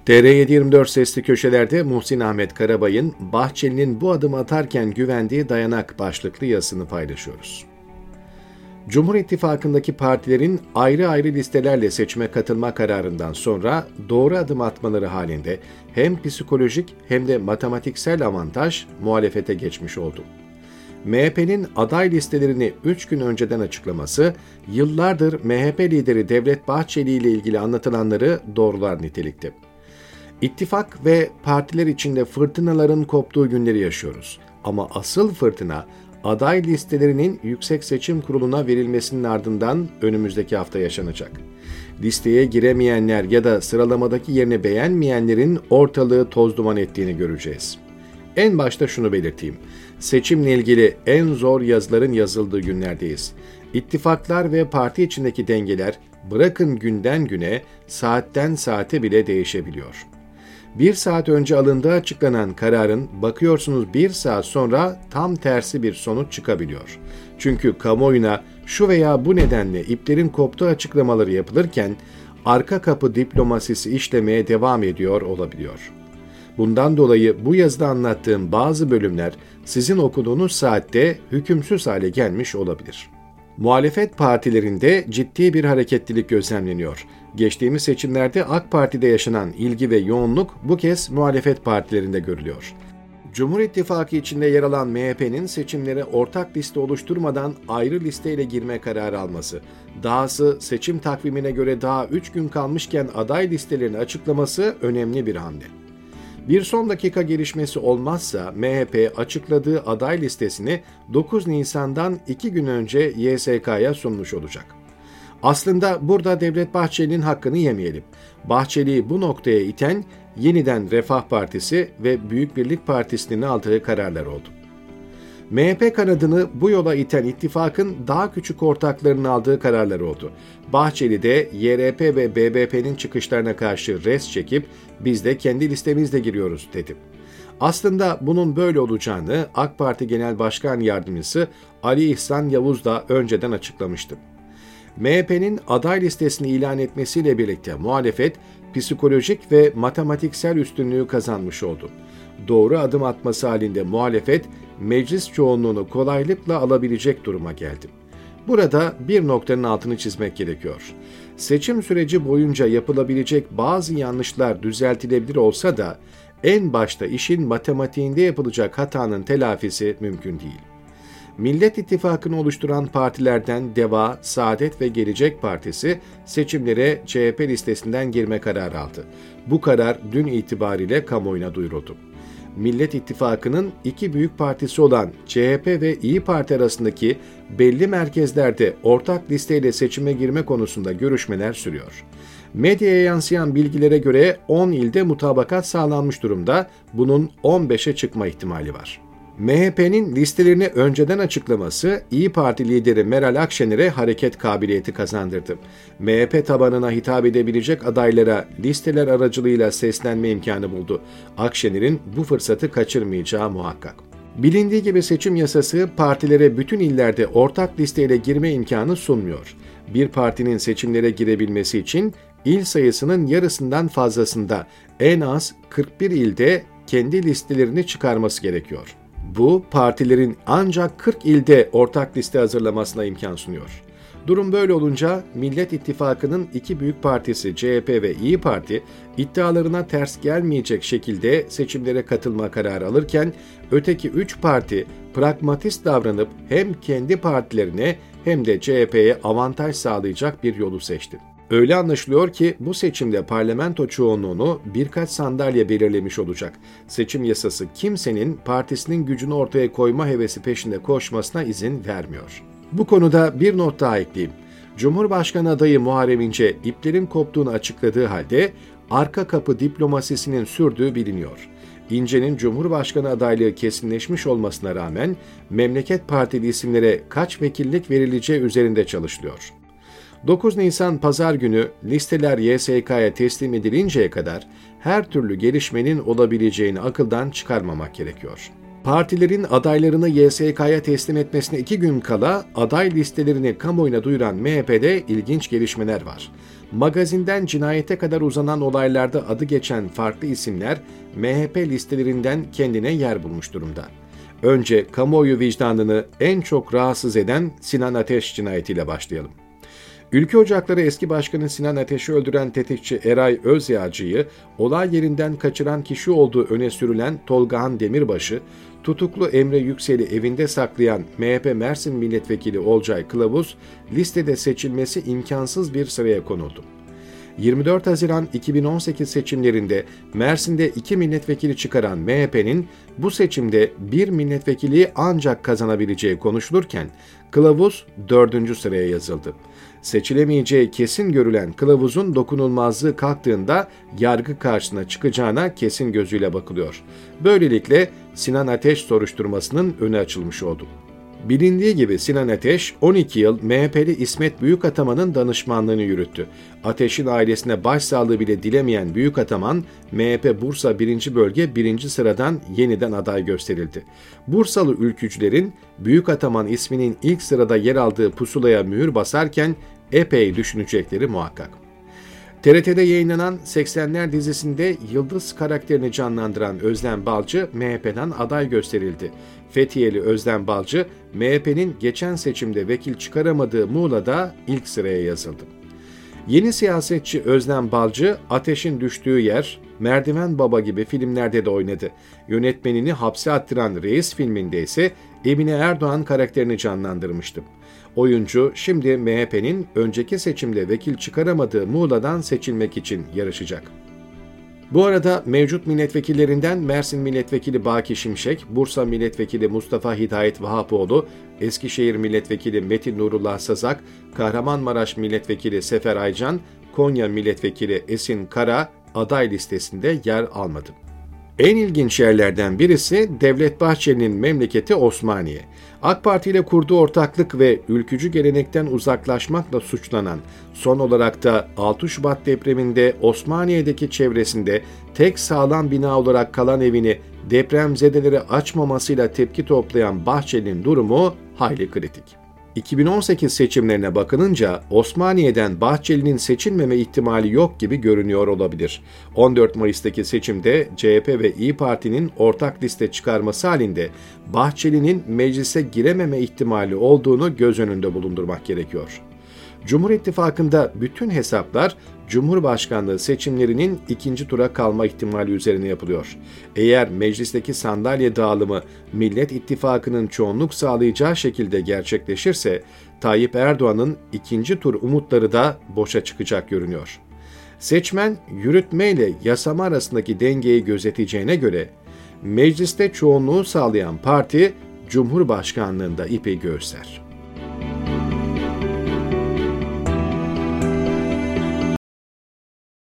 TR724 Sesli Köşeler'de Muhsin Ahmet Karabay'ın Bahçeli'nin bu adımı atarken güvendiği dayanak başlıklı yazısını paylaşıyoruz. Cumhur İttifakı'ndaki partilerin ayrı ayrı listelerle seçime katılma kararından sonra doğru adım atmaları halinde hem psikolojik hem de matematiksel avantaj muhalefete geçmiş oldu. MHP'nin aday listelerini 3 gün önceden açıklaması, yıllardır MHP lideri Devlet Bahçeli ile ilgili anlatılanları doğrular nitelikte. İttifak ve partiler içinde fırtınaların koptuğu günleri yaşıyoruz. Ama asıl fırtına, aday listelerinin Yüksek Seçim Kurulu'na verilmesinin ardından önümüzdeki hafta yaşanacak. Listeye giremeyenler ya da sıralamadaki yerini beğenmeyenlerin ortalığı toz duman ettiğini göreceğiz. En başta şunu belirteyim. Seçimle ilgili en zor yazıların yazıldığı günlerdeyiz. İttifaklar ve parti içindeki dengeler bırakın günden güne, saatten saate bile değişebiliyor. Bir saat önce alındığı açıklanan kararın bakıyorsunuz bir saat sonra tam tersi bir sonuç çıkabiliyor. Çünkü kamuoyuna şu veya bu nedenle iplerin koptuğu açıklamaları yapılırken arka kapı diplomasisi işlemeye devam ediyor olabiliyor. Bundan dolayı bu yazıda anlattığım bazı bölümler sizin okuduğunuz saatte hükümsüz hale gelmiş olabilir. Muhalefet partilerinde ciddi bir hareketlilik gözlemleniyor. Geçtiğimiz seçimlerde AK Parti'de yaşanan ilgi ve yoğunluk bu kez muhalefet partilerinde görülüyor. Cumhur İttifakı içinde yer alan MHP'nin seçimlere ortak liste oluşturmadan ayrı listeyle girme kararı alması, dahası seçim takvimine göre daha 3 gün kalmışken aday listelerini açıklaması önemli bir hamle. Bir son dakika gelişmesi olmazsa MHP açıkladığı aday listesini 9 Nisan'dan 2 gün önce YSK'ya sunmuş olacak. Aslında burada Devlet Bahçeli'nin hakkını yemeyelim. Bahçeli'yi bu noktaya iten yeniden Refah Partisi ve Büyük Birlik Partisi'nin aldığı kararlar oldu. MHP kanadını bu yola iten ittifakın daha küçük ortaklarının aldığı kararlar oldu. Bahçeli de YRP ve BBP'nin çıkışlarına karşı res çekip biz de kendi listemizle giriyoruz dedi. Aslında bunun böyle olacağını AK Parti Genel Başkan Yardımcısı Ali İhsan Yavuz da önceden açıklamıştı. MHP'nin aday listesini ilan etmesiyle birlikte muhalefet psikolojik ve matematiksel üstünlüğü kazanmış oldu. Doğru adım atması halinde muhalefet meclis çoğunluğunu kolaylıkla alabilecek duruma geldi. Burada bir noktanın altını çizmek gerekiyor. Seçim süreci boyunca yapılabilecek bazı yanlışlar düzeltilebilir olsa da en başta işin matematiğinde yapılacak hatanın telafisi mümkün değil. Millet İttifakı'nı oluşturan partilerden DEVA, Saadet ve Gelecek Partisi seçimlere CHP listesinden girme kararı aldı. Bu karar dün itibariyle kamuoyuna duyuruldu. Millet İttifakı'nın iki büyük partisi olan CHP ve İYİ Parti arasındaki belli merkezlerde ortak listeyle seçime girme konusunda görüşmeler sürüyor. Medyaya yansıyan bilgilere göre 10 ilde mutabakat sağlanmış durumda, bunun 15'e çıkma ihtimali var. MHP'nin listelerini önceden açıklaması İYİ Parti lideri Meral Akşener'e hareket kabiliyeti kazandırdı. MHP tabanına hitap edebilecek adaylara listeler aracılığıyla seslenme imkanı buldu. Akşener'in bu fırsatı kaçırmayacağı muhakkak. Bilindiği gibi seçim yasası partilere bütün illerde ortak listeyle girme imkanı sunmuyor. Bir partinin seçimlere girebilmesi için il sayısının yarısından fazlasında en az 41 ilde kendi listelerini çıkarması gerekiyor. Bu, partilerin ancak 40 ilde ortak liste hazırlamasına imkan sunuyor. Durum böyle olunca Millet İttifakı'nın iki büyük partisi CHP ve İYİ Parti iddialarına ters gelmeyecek şekilde seçimlere katılma kararı alırken öteki 3 parti pragmatist davranıp hem kendi partilerine hem de CHP'ye avantaj sağlayacak bir yolu seçti. Öyle anlaşılıyor ki bu seçimde parlamento çoğunluğunu birkaç sandalye belirlemiş olacak. Seçim yasası kimsenin partisinin gücünü ortaya koyma hevesi peşinde koşmasına izin vermiyor. Bu konuda bir not daha ekleyeyim. Cumhurbaşkanı adayı Muharrem İnce iplerin koptuğunu açıkladığı halde arka kapı diplomasisinin sürdüğü biliniyor. İnce'nin Cumhurbaşkanı adaylığı kesinleşmiş olmasına rağmen Memleket Partili isimlere kaç vekillik verileceği üzerinde çalışılıyor. 9 Nisan Pazar günü listeler YSK'ya teslim edilinceye kadar her türlü gelişmenin olabileceğini akıldan çıkarmamak gerekiyor. Partilerin adaylarını YSK'ya teslim etmesine 2 gün kala aday listelerini kamuoyuna duyuran MHP'de ilginç gelişmeler var. Magazinden cinayete kadar uzanan olaylarda adı geçen farklı isimler MHP listelerinden kendine yer bulmuş durumda. Önce kamuoyu vicdanını en çok rahatsız eden Sinan Ateş cinayetiyle başlayalım. Ülke Ocakları eski başkanı Sinan Ateş'i öldüren tetikçi Eray Özyağcı'yı olay yerinden kaçıran kişi olduğu öne sürülen Tolgahan Demirbaş'ı, tutuklu Emre Yüksel'i evinde saklayan MHP Mersin Milletvekili Olcay Kılavuz, listede seçilmesi imkansız bir sıraya konuldu. 24 Haziran 2018 seçimlerinde Mersin'de 2 milletvekili çıkaran MHP'nin bu seçimde 1 milletvekili ancak kazanabileceği konuşulurken Kılavuz 4. sıraya yazıldı. Seçilemeyeceği kesin görülen Kılavuz'un dokunulmazlığı kalktığında yargı karşısına çıkacağına kesin gözüyle bakılıyor. Böylelikle Sinan Ateş soruşturmasının önü açılmış oldu. Bilindiği gibi Sinan Ateş 12 yıl MHP'li İsmet Büyükataman'ın danışmanlığını yürüttü. Ateş'in ailesine başsağlığı bile dilemeyen Büyükataman, MHP Bursa 1. Bölge 1. sıradan yeniden aday gösterildi. Bursalı ülkücülerin Büyükataman isminin ilk sırada yer aldığı pusulaya mühür basarken epey düşünecekleri muhakkak. TRT'de yayınlanan 80'ler dizisinde Yıldız karakterini canlandıran Özlem Balcı MHP'den aday gösterildi. Fethiyeli Özlem Balcı, MHP'nin geçen seçimde vekil çıkaramadığı Muğla'da ilk sıraya yazıldı. Yeni siyasetçi Özlem Balcı, Ateş'in düştüğü yer, Merdiven Baba gibi filmlerde de oynadı. Yönetmenini hapse attıran Reis filminde ise Emine Erdoğan karakterini canlandırmıştı. Oyuncu şimdi MHP'nin önceki seçimde vekil çıkaramadığı Muğla'dan seçilmek için yarışacak. Bu arada mevcut milletvekillerinden Mersin Milletvekili Baki Şimşek, Bursa Milletvekili Mustafa Hidayet Vahapoğlu, Eskişehir Milletvekili Metin Nurullah Sazak, Kahramanmaraş Milletvekili Sefer Aycan, Konya Milletvekili Esin Kara aday listesinde yer almadı. En ilginç yerlerden birisi Devlet Bahçeli'nin memleketi Osmaniye. AK Parti ile kurduğu ortaklık ve ülkücü gelenekten uzaklaşmakla suçlanan, son olarak da 6 Şubat depreminde Osmaniye'deki çevresinde tek sağlam bina olarak kalan evini depremzedelere açmamasıyla tepki toplayan Bahçeli'nin durumu hayli kritik. 2018 seçimlerine bakılınca Osmaniye'den Bahçeli'nin seçilmeme ihtimali yok gibi görünüyor olabilir. 14 Mayıs'taki seçimde CHP ve İYİ Parti'nin ortak liste çıkarması halinde Bahçeli'nin meclise girememe ihtimali olduğunu göz önünde bulundurmak gerekiyor. Cumhur İttifakı'nda bütün hesaplar Cumhurbaşkanlığı seçimlerinin ikinci tura kalma ihtimali üzerine yapılıyor. Eğer meclisteki sandalye dağılımı Millet İttifakı'nın çoğunluk sağlayacağı şekilde gerçekleşirse, Tayyip Erdoğan'ın ikinci tur umutları da boşa çıkacak görünüyor. Seçmen, yürütme ile yasama arasındaki dengeyi gözeteceğine göre, mecliste çoğunluğu sağlayan parti, Cumhurbaşkanlığında ipi göğüsler.